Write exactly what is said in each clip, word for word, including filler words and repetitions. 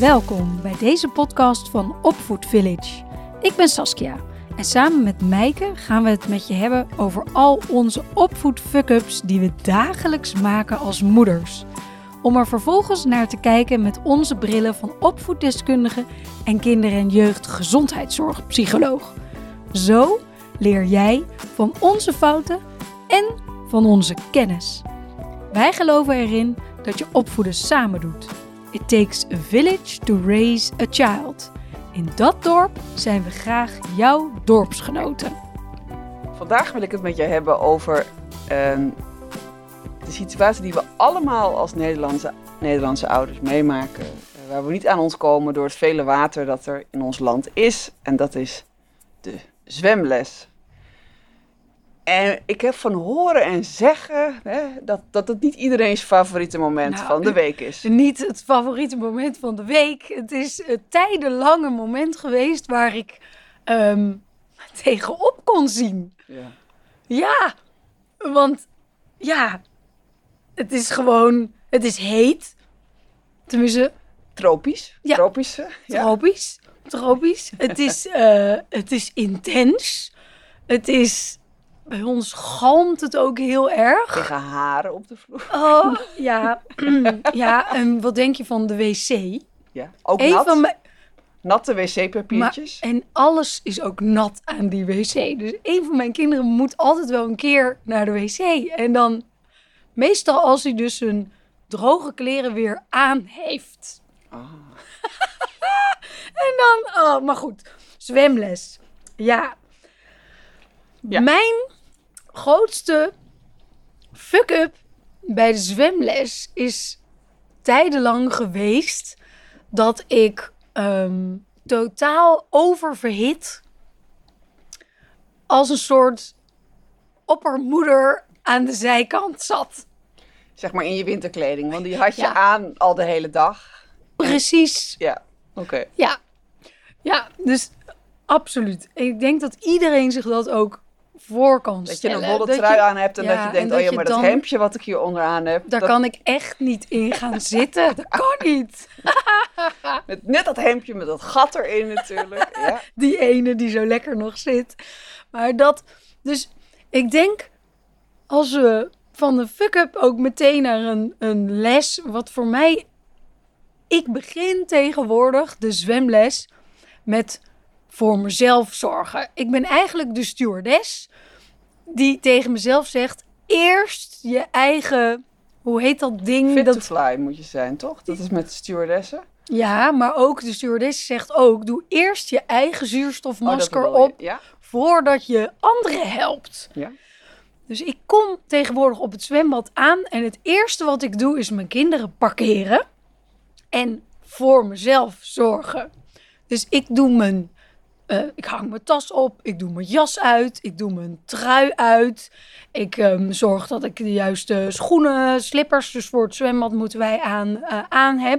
Welkom bij deze podcast van Opvoed Village. Ik ben Saskia en samen met Meike gaan we het met je hebben over al onze opvoed fuck-ups die we dagelijks maken als moeders. Om er vervolgens naar te kijken met onze brillen van opvoeddeskundige en kinder- en jeugdgezondheidszorgpsycholoog. Zo leer jij van onze fouten en van onze kennis. Wij geloven erin dat je opvoeden samen doet. It takes a village to raise a child. In dat dorp zijn we graag jouw dorpsgenoten. Vandaag wil ik het met je hebben over uh, de situatie die we allemaal als Nederlandse, Nederlandse ouders meemaken. Uh, waar we niet aan ontkomen door het vele water dat er in ons land is. En dat is de zwemles. En ik heb van horen en zeggen hè, dat, dat het niet iedereen's favoriete moment nou, van de week is. Niet het favoriete moment van de week. Het is het tijdenlange moment geweest waar ik um, tegenop kon zien. Ja. ja, want ja, het is gewoon, het is heet. Tenminste. Tropisch. Ja, Tropische. Ja. Tropisch. Tropisch. Het is, uh, het is intens. Het is... Bij ons galmt het ook heel erg. Tegen haren op de vloer. Oh, ja. ja, en wat denk je van de wc? Ja, ook Een nat. Van mijn... Natte wc-papiertjes. Maar, en alles is ook nat aan die wc. Dus een van mijn kinderen moet altijd wel een keer naar de wc. En dan, meestal als hij dus zijn droge kleren weer aan heeft. Oh. en dan, oh, maar goed. Zwemles. Ja. Ja. Mijn grootste fuck-up bij de zwemles is tijdenlang geweest dat ik um, totaal oververhit als een soort oppermoeder aan de zijkant zat. Zeg maar in je winterkleding, want die had je ja. aan al de hele dag. Precies. Ja, oké. Okay. Ja. ja, dus absoluut. Ik denk dat iedereen zich dat ook voor kan dat stellen. Dat je een wollen trui je, aan hebt en ja, dat je denkt, dat oh ja, maar dat hemdje wat ik hier onderaan heb. Daar dat... kan ik echt niet in gaan zitten. Dat kan niet. Met net dat hemdje met dat gat erin natuurlijk. Ja. Die ene die zo lekker nog zit. Maar dat, dus ik denk, als we van de fuck-up ook meteen naar een, een les, wat voor mij, ik begin tegenwoordig de zwemles met voor mezelf zorgen. Ik ben eigenlijk de stewardess die tegen mezelf zegt, eerst je eigen, hoe heet dat ding? Fit dat... to fly moet je zijn, toch? Dat is met stewardessen. Ja, maar ook de stewardess zegt ook, doe eerst je eigen zuurstofmasker oh, op, ja? voordat je anderen helpt. Ja. Dus ik kom tegenwoordig op het zwembad aan en het eerste wat ik doe is mijn kinderen parkeren en voor mezelf zorgen. Dus ik doe mijn Uh, ik hang mijn tas op, ik doe mijn jas uit, ik doe mijn trui uit. Ik um, zorg dat ik de juiste schoenen, slippers, dus voor het zwembad moeten wij aan, uh, aan heb.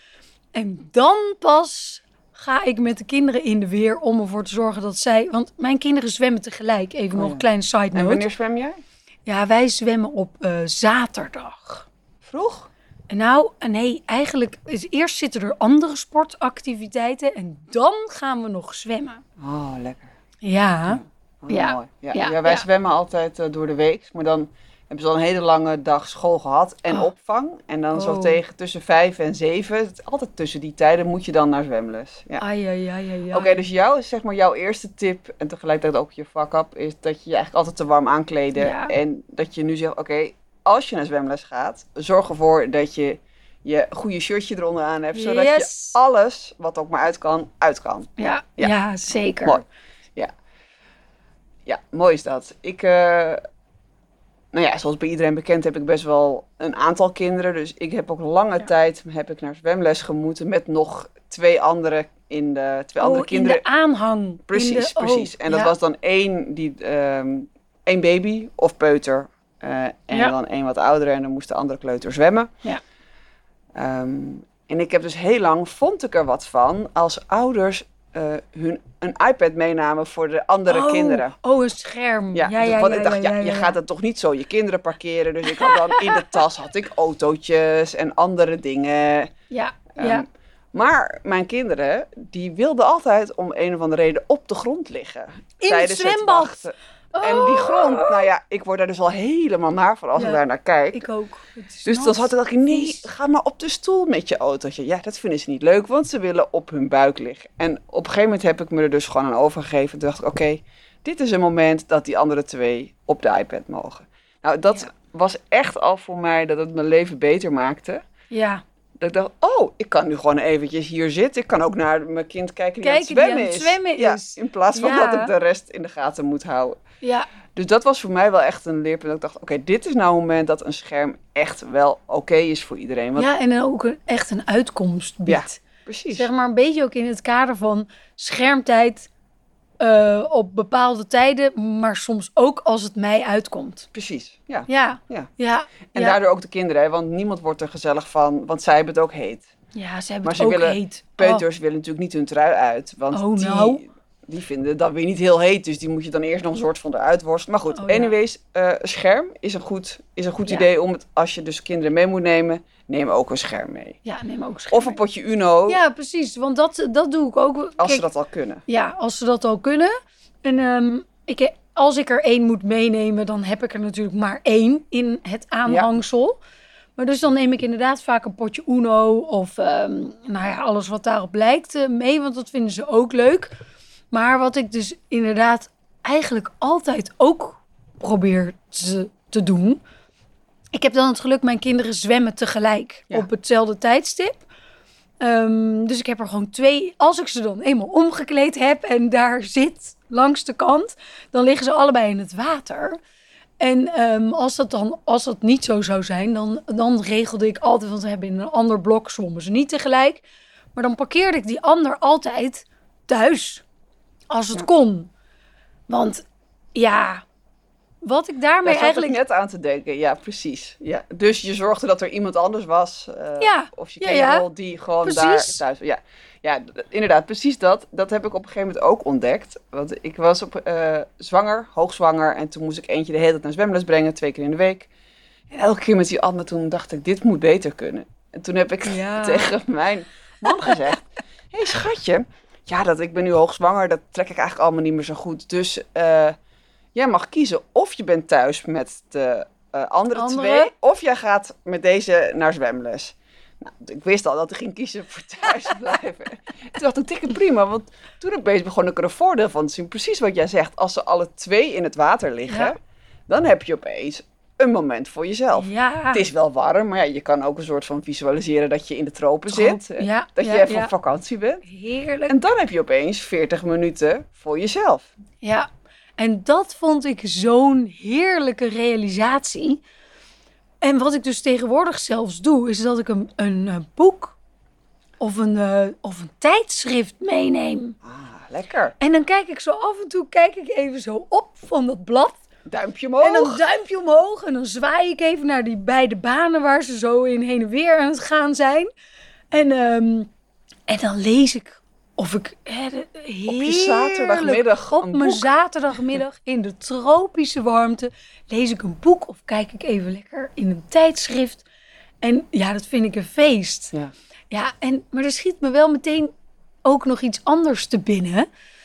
En dan pas ga ik met de kinderen in de weer om ervoor te zorgen dat zij... Want mijn kinderen zwemmen tegelijk, even oh, nog ja. een kleine side note. En wanneer zwem jij? Ja, wij zwemmen op uh, zaterdag. Vroeg? Nou, nee, eigenlijk is eerst zitten er andere sportactiviteiten en dan gaan we nog zwemmen. Oh, lekker. Ja. Oh, ja. Mooi. Ja, ja. ja, wij ja. zwemmen altijd uh, door de week, maar dan hebben ze al een hele lange dag school gehad en oh. opvang. En dan oh. zo tegen tussen vijf en zeven, altijd tussen die tijden moet je dan naar zwemles. Ja. Ai, ai, ai, ai, ai. Oké, okay, dus jou, zeg maar, jouw eerste tip en tegelijkertijd ook je fuck-up is dat je je eigenlijk altijd te warm aankleden. Ja. En dat je nu zegt, oké, okay, als je naar zwemles gaat, zorg ervoor dat je je goede shirtje eronder aan hebt, zodat yes. je alles, wat ook maar uit kan, uit kan. Ja, ja. ja zeker. Mooi. Ja. ja, mooi is dat. Ik, uh, nou ja, zoals bij iedereen bekend heb ik best wel een aantal kinderen. Dus ik heb ook lange ja. tijd heb ik naar zwemles gemoeten met nog twee andere in de twee oh, andere kinderen. in de aanhang. Precies, de, precies. Oh, en dat ja. was dan één die um, één baby of peuter uh, en ja. dan één wat oudere en dan moest de andere kleuter zwemmen. Ja. Um, en ik heb dus heel lang, vond ik er wat van, als ouders uh, hun een iPad meenamen voor de andere oh, kinderen. Oh, een scherm. Ja, ja, ja, want ja, ik dacht, ja, ja, ja, je ja. gaat het toch niet zo je kinderen parkeren. Dus ik had dan in de tas had ik autootjes en andere dingen. Ja, um, ja. Maar mijn kinderen, die wilden altijd om een of andere reden op de grond liggen. In tijdens het zwembad. Het wachten. En die grond, nou ja, ik word daar dus al helemaal naar van als Ja, ik daar naar kijk. Ik ook. Het is Dus nat, dan had ik dacht ik, nee, vies. ga maar op de stoel met je autootje. Ja, dat vinden ze niet leuk, want ze willen op hun buik liggen. En op een gegeven moment heb ik me er dus gewoon aan overgegeven. Toen dacht ik, oké, okay, dit is een moment dat die andere twee op de iPad mogen. Nou, dat Ja. was echt al voor mij dat het mijn leven beter maakte. Ja, Dat ik dacht, oh, ik kan nu gewoon eventjes hier zitten. Ik kan ook naar mijn kind kijken die Kijken die aan het aan het zwemmen is. zwemmen is. Ja, in plaats van Ja. dat ik de rest in de gaten moet houden. ja. Dus dat was voor mij wel echt een leerpunt. Dat ik dacht, oké, okay, dit is nou een moment dat een scherm echt wel oké okay is voor iedereen. Want, ja en dan ook een, echt een uitkomst biedt. precies. Zeg maar een beetje ook in het kader van schermtijd uh, op bepaalde tijden, maar soms ook als het mij uitkomt. Precies, ja. Ja, ja. ja. En ja. daardoor ook de kinderen, hè, want niemand wordt er gezellig van, want zij hebben het ook heet. Ja, ze hebben Maar het ze ook willen, heet. peuters willen natuurlijk niet hun trui uit, want Oh, die, nou. die vinden dat weer niet heel heet, dus die moet je dan eerst nog een soort van eruit worstelen. Maar goed, Oh, ja. anyways, uh, scherm is een goed, is een goed Ja. idee om het, als je dus kinderen mee moet nemen, neem ook een scherm mee. Ja, neem ook scherm Of een potje Uno, Ja, precies, want dat, dat doe ik ook. als Kijk, ze dat al kunnen. Ja, als ze dat al kunnen. En um, ik, als ik er één moet meenemen, dan heb ik er natuurlijk maar één in het aanhangsel. Ja. Maar dus dan neem ik inderdaad vaak een potje Uno of um, nou ja, alles wat daarop lijkt uh, mee, want dat vinden ze ook leuk. Maar wat ik dus inderdaad eigenlijk altijd ook probeer te, te doen. Ik heb dan het geluk, mijn kinderen zwemmen tegelijk ja. op hetzelfde tijdstip. Um, dus ik heb er gewoon twee. Als ik ze dan eenmaal omgekleed heb en daar zit langs de kant, dan liggen ze allebei in het water. En um, als, dat dan, als dat niet zo zou zijn, dan, dan regelde ik altijd, want we hebben in een ander blok zwommen ze niet tegelijk. Maar dan parkeerde ik die ander altijd thuis, als het ja. kon. Want ja, wat ik daarmee Daar eigenlijk... ik net aan te denken, ja precies. Ja. Dus je zorgde dat er iemand anders was, uh, ja. of je ja, kerel ja. die gewoon precies. daar thuis was. Ja. Ja, inderdaad, precies dat. Dat heb ik op een gegeven moment ook ontdekt. Want ik was op, uh, zwanger, hoogzwanger. En toen moest ik eentje de hele tijd naar zwemles brengen, twee keer in de week. En elke keer met die ander, toen dacht ik, dit moet beter kunnen. En toen heb ik ja. tegen mijn man gezegd, hé hey, schatje, ja, dat ik ben nu hoogzwanger, dat trek ik eigenlijk allemaal niet meer zo goed. Dus uh, jij mag kiezen of je bent thuis met de uh, andere, andere twee, of jij gaat met deze naar zwemles. Nou, ik wist al dat ik ging kiezen voor thuis blijven. Toen dacht ik, dikke prima, want toen ik bezig begon ik er een voordeel van te zien. Precies wat jij zegt, als ze alle twee in het water liggen, ja. dan heb je opeens een moment voor jezelf. Ja. Het is wel warm, maar ja, je kan ook een soort van visualiseren dat je in de tropen Trop, zit. Ja, dat je ja, even ja. op vakantie bent. Heerlijk. En dan heb je opeens veertig minuten voor jezelf. Ja, en dat vond ik zo'n heerlijke realisatie. En wat ik dus tegenwoordig zelfs doe, is dat ik een, een, een boek of een, uh, of een tijdschrift meeneem. Ah, lekker. En dan kijk ik zo af en toe, kijk ik even zo op van dat blad. Duimpje omhoog. En dan duimpje omhoog. En dan zwaai ik even naar die beide banen waar ze zo in heen en weer aan het gaan zijn. En, um, en dan lees ik of ik hè, op je zaterdagmiddag op een mijn boek. zaterdagmiddag in de tropische warmte lees ik een boek of kijk ik even lekker in een tijdschrift. En ja, dat vind ik een feest. Ja. Ja, en, maar er schiet me wel meteen ook nog iets anders te binnen.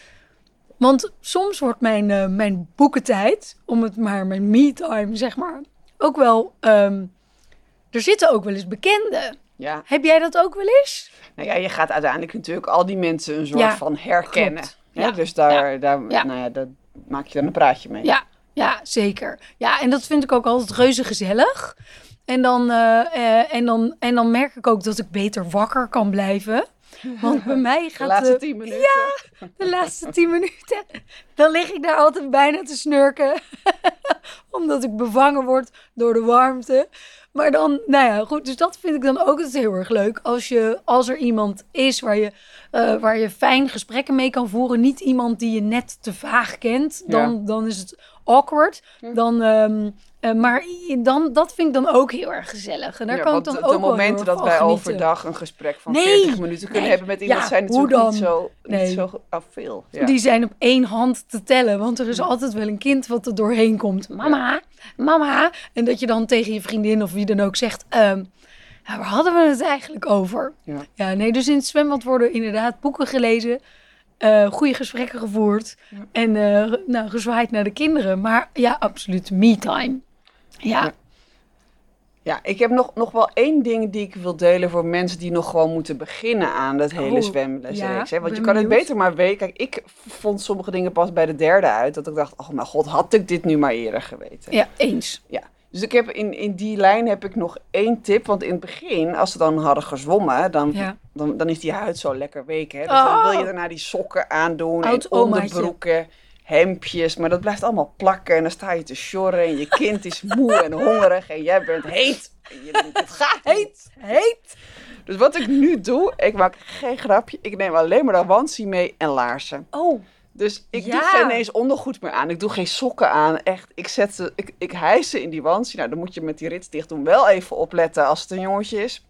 Want soms wordt mijn, uh, mijn boekentijd, om het maar mijn me-time zeg maar, ook wel... Um, er zitten ook wel eens bekenden. Ja. Heb jij dat ook wel eens? Nou ja, je gaat uiteindelijk natuurlijk al die mensen een soort ja, van herkennen. Ja, dus daar, ja, daar, ja. Nou ja, daar maak je dan een praatje mee. Ja, ja, zeker. Ja, en dat vind ik ook altijd reuze gezellig. En dan, uh, uh, en, dan, en dan merk ik ook dat ik beter wakker kan blijven. Want bij mij gaat... De laatste de, tien minuten. Ja, de laatste tien minuten. Dan lig ik daar altijd bijna te snurken. Omdat ik bevangen word door de warmte. Maar dan, nou ja, goed. Dus dat vind ik dan ook altijd heel erg leuk. Als, je, als er iemand is waar je, uh, waar je fijn gesprekken mee kan voeren. Niet iemand die je net te vaag kent. Dan, ja. dan is het awkward. Dan... Um, Uh, maar dan, dat vind ik dan ook heel erg gezellig. En daar ja, kan ik dan de, ook de momenten dat wij genieten. overdag een gesprek van nee, veertig minuten kunnen nee, hebben met iemand... Ja, zijn natuurlijk niet zo, nee. niet zo oh, veel. Ja. Die zijn op één hand te tellen. Want er is altijd wel een kind wat er doorheen komt. Mama, ja. mama. En dat je dan tegen je vriendin of wie dan ook zegt... Um, Ja, waar hadden we het eigenlijk over? Ja. Ja, nee, dus in het zwembad worden inderdaad boeken gelezen. Uh, goede gesprekken gevoerd. Ja. En uh, nou, gezwaaid naar de kinderen. Maar ja, absoluut me-time. Ja. ja. Ja, ik heb nog, nog wel één ding die ik wil delen voor mensen die nog gewoon moeten beginnen aan dat hele oh, zwemlesreeks. Ja, want je kan het beter maar weten. Kijk, ik vond sommige dingen pas bij de derde uit. Dat ik dacht, oh mijn god, had ik dit nu maar eerder geweten. Ja, eens. Ja. Dus ik heb in, in die lijn heb ik nog één tip. Want in het begin, als ze dan hadden gezwommen, dan, ja. dan, dan is die huid zo lekker week. Hè? Dus oh. dan wil je daarna die sokken aandoen Oud en onderbroeken, hemdjes. Maar dat blijft allemaal plakken en dan sta je te sjorren en je kind is moe en hongerig en jij bent heet. En je denkt, het gaat heet, heet. Dus wat ik nu doe, ik maak geen grapje. Ik neem alleen maar de wansie mee en laarzen. Oh. Dus ik ja. doe geen eens ondergoed meer aan. Ik doe geen sokken aan. Echt, ik zet ze, ik, ik hijs ze in die wansie. Nou, dan moet je met die rits dicht doen wel even opletten als het een jongetje is.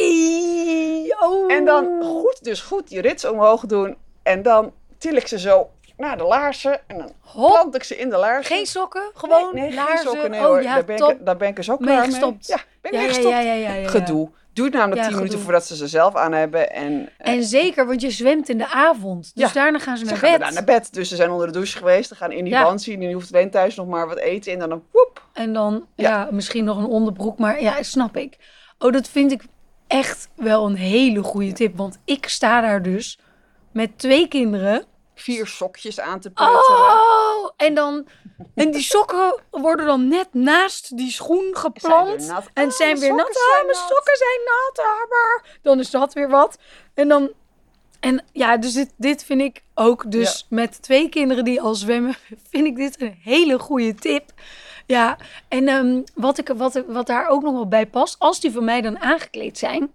Ai, oh. En dan goed, dus goed die rits omhoog doen. En dan til ik ze zo naar de laarzen. En dan Hop. plant ik ze in de laarzen. Geen sokken? Gewoon nee, nee, laarzen? Geen sokken, nee oh, hoor. Ja, daar, ben ik, daar ben ik er zo klaar mee. Gestopt. Ja, ben ik ja, ja, gestopt. Ja, ja, ja, ja, ja. Gedoe. Duurt namelijk ja, tien gedoe. minuten voordat ze ze zelf aan hebben. En, en uh, zeker, want je zwemt in de avond. Dus ja. daarna gaan ze naar ze bed. Ze gaan naar bed. Dus ze zijn onder de douche geweest. Ze gaan in die ja. wansie. En je hoeft alleen thuis nog maar wat eten. En dan een woep. En dan ja. ja, misschien nog een onderbroek. Maar ja, snap ik. Oh, dat vind ik echt wel een hele goede tip. Want ik sta daar dus met twee kinderen. Vier sokjes aan te putteren. Oh, en dan... En die sokken worden dan net naast die schoen geplant. Zijn en oh, zijn weer nat. Ah, mijn sokken zijn nat. Maar dan is dat weer wat. En dan... En ja, dus dit, dit vind ik ook dus ja. met twee kinderen die al zwemmen... vind ik dit een hele goede tip. Ja, en um, wat, ik, wat, wat daar ook nog wel bij past... als die van mij dan aangekleed zijn...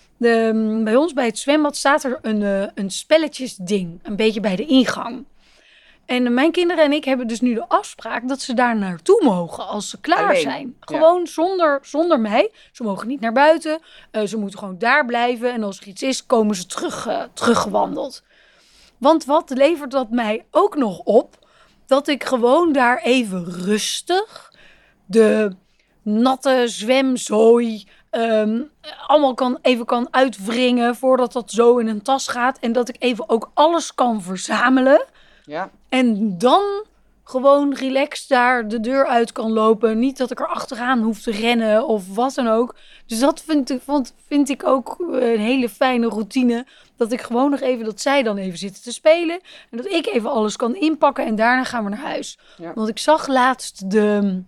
De, bij ons bij het zwembad staat er een, uh, een spelletjesding. Een beetje bij de ingang. En uh, mijn kinderen en ik hebben dus nu de afspraak... dat ze daar naartoe mogen als ze klaar Alleen, zijn. Gewoon ja. zonder, zonder mij. Ze mogen niet naar buiten. Uh, ze moeten gewoon daar blijven. En als er iets is, komen ze terug, uh, teruggewandeld. Want wat levert dat mij ook nog op? Dat ik gewoon daar even rustig... de natte zwemzooi... Um, allemaal kan, even kan uitwringen voordat dat zo in een tas gaat. En dat ik even ook alles kan verzamelen. Ja. En dan gewoon relaxed daar de deur uit kan lopen. Niet dat ik er achteraan hoef te rennen of wat dan ook. Dus dat vind ik, vond, vind ik ook een hele fijne routine. Dat ik gewoon nog even, dat zij dan even zitten te spelen. En dat ik even alles kan inpakken en daarna gaan we naar huis. Ja. Want ik zag laatst de,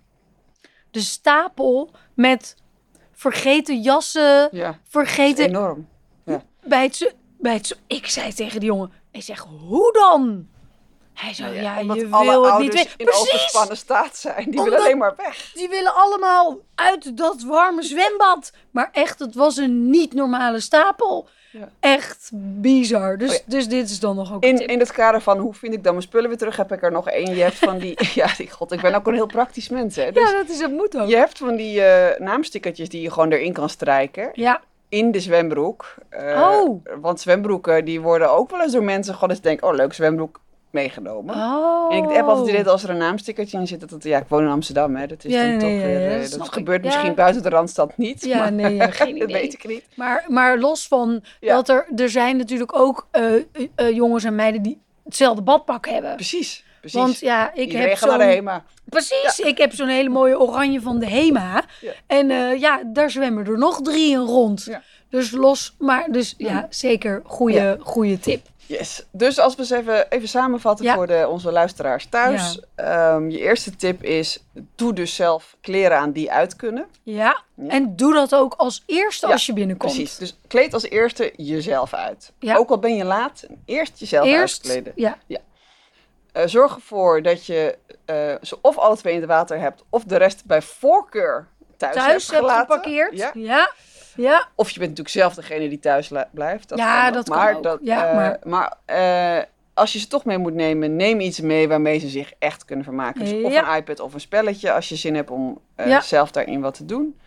de stapel met... vergeten jassen, ja, vergeten... enorm. Ja. Bij het, bij het, ik zei tegen die jongen, ik zeg, hoe dan? Hij zei, ja, ja, ja je alle wil het niet weten. in Precies. overspannen staat zijn. Die Omdat, willen alleen maar weg. Die willen allemaal uit dat warme zwembad. Maar echt, het was een niet normale stapel. Ja. Echt bizar. Dus, oh ja. dus dit is dan nog ook in, tip. in het kader van hoe vind ik dan mijn spullen weer terug, heb ik er nog één. Je hebt van die... ja, die, god, ik ben ook een heel praktisch mens, hè. Dus ja, dat is het moet ook. Je hebt van die uh, naamstickertjes die je gewoon erin kan strijken. Ja. In de zwembroek. Uh, oh. Want zwembroeken, die worden ook wel eens door mensen gewoon eens denken, oh, leuk zwembroek. Meegenomen. Oh. En ik heb altijd idee dat als er een naamstickertje in zit, dat het, ja, ik woon in Amsterdam, hè. Dat is ja, dan nee, toch ja, weer, ja, uh, dat, dat gebeurt ik. misschien ja. buiten de Randstad niet. Ja, maar, nee, ja, geen idee. Dat weet ik niet. Maar, maar los van ja. dat er, er zijn natuurlijk ook uh, uh, jongens en meiden die hetzelfde badpak hebben. Precies, precies. Want ja, ik Iedereen heb gaat naar de HEMA. Precies, ja. ik heb zo'n hele mooie oranje van de HEMA. Ja. En uh, ja, daar zwemmen er nog drie in rond. Ja. Dus los, maar dus ja, ja zeker goede, ja. goede tip. Yes. Dus als we eens even, even samenvatten ja. voor de, onze luisteraars thuis. Ja. Um, je eerste tip is, doe dus zelf kleren aan die uit kunnen. Ja, ja. En doe dat ook als eerste ja, als je binnenkomt. Precies, dus kleed als eerste jezelf uit. Ja. Ook al ben je laat, eerst jezelf eerst, uitkleden. Ja. Ja. Uh, zorg ervoor dat je uh, ze of alle twee in het water hebt, of de rest bij voorkeur thuis, thuis hebt gelaten. geparkeerd. Ja. Ja. Ja. Of je bent natuurlijk zelf degene die thuis la- blijft. Dat ja, kan dat maar kan ook. Dat, ja, uh, maar maar uh, als je ze toch mee moet nemen, neem iets mee waarmee ze zich echt kunnen vermaken. Dus ja. Of een iPad of een spelletje, als je zin hebt om uh, ja. zelf daarin wat te doen.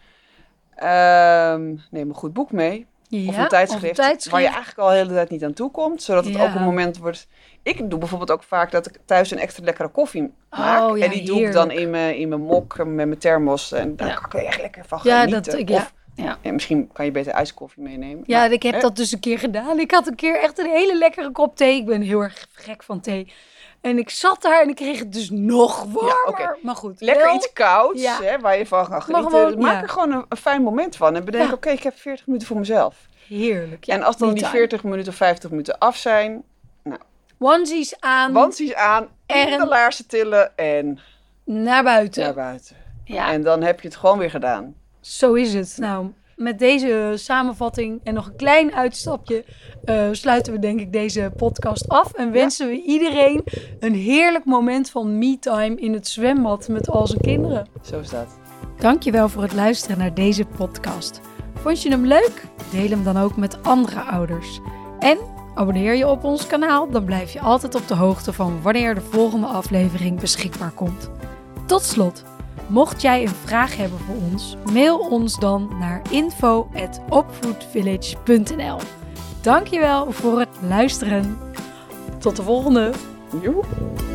Um, neem een goed boek mee. Ja, of een tijdschrift, of een tijdschrift waar je eigenlijk al de hele tijd niet aan toe komt. Zodat het ja. ook een moment wordt... Ik doe bijvoorbeeld ook vaak dat ik thuis een extra lekkere koffie maak. Oh, ja, en die doe heerlijk. ik dan in mijn, in mijn mok met mijn thermos. En daar ja. kan ik er echt lekker van ja, genieten. Dat, ja. Of Ja. En misschien kan je beter ijskoffie meenemen. Ja, maar, ik heb hè? dat dus een keer gedaan. Ik had een keer echt een hele lekkere kop thee. Ik ben heel erg gek van thee. En ik zat daar en ik kreeg het dus nog warmer. Ja, oké. Maar goed. Lekker wel- iets kouds, Ja. hè, waar je van kan genieten. gewoon, Maak ja. er gewoon een, een fijn moment van. En bedenk, Ja. oké, ik heb veertig minuten voor mezelf. Heerlijk. Ja, en als dan me die time. veertig minuten of vijftig minuten af zijn, Onesies aan, wandsies aan, En- en de laarzen tillen en naar buiten. naar buiten. Ja, En dan heb je het gewoon weer gedaan. zo is het. Nou, met deze samenvatting en nog een klein uitstapje uh, sluiten we denk ik deze podcast af. En wensen we iedereen een heerlijk moment van me-time in het zwembad met al zijn kinderen. Zo is dat. Dankjewel voor het luisteren naar deze podcast. Vond je hem leuk? Deel hem dan ook met andere ouders. En abonneer je op ons kanaal, dan blijf je altijd op de hoogte van wanneer de volgende aflevering beschikbaar komt. Tot slot, mocht jij een vraag hebben voor ons, mail ons dan naar info at opvoedvillage punt n l. Dankjewel voor het luisteren. Tot de volgende! Joe.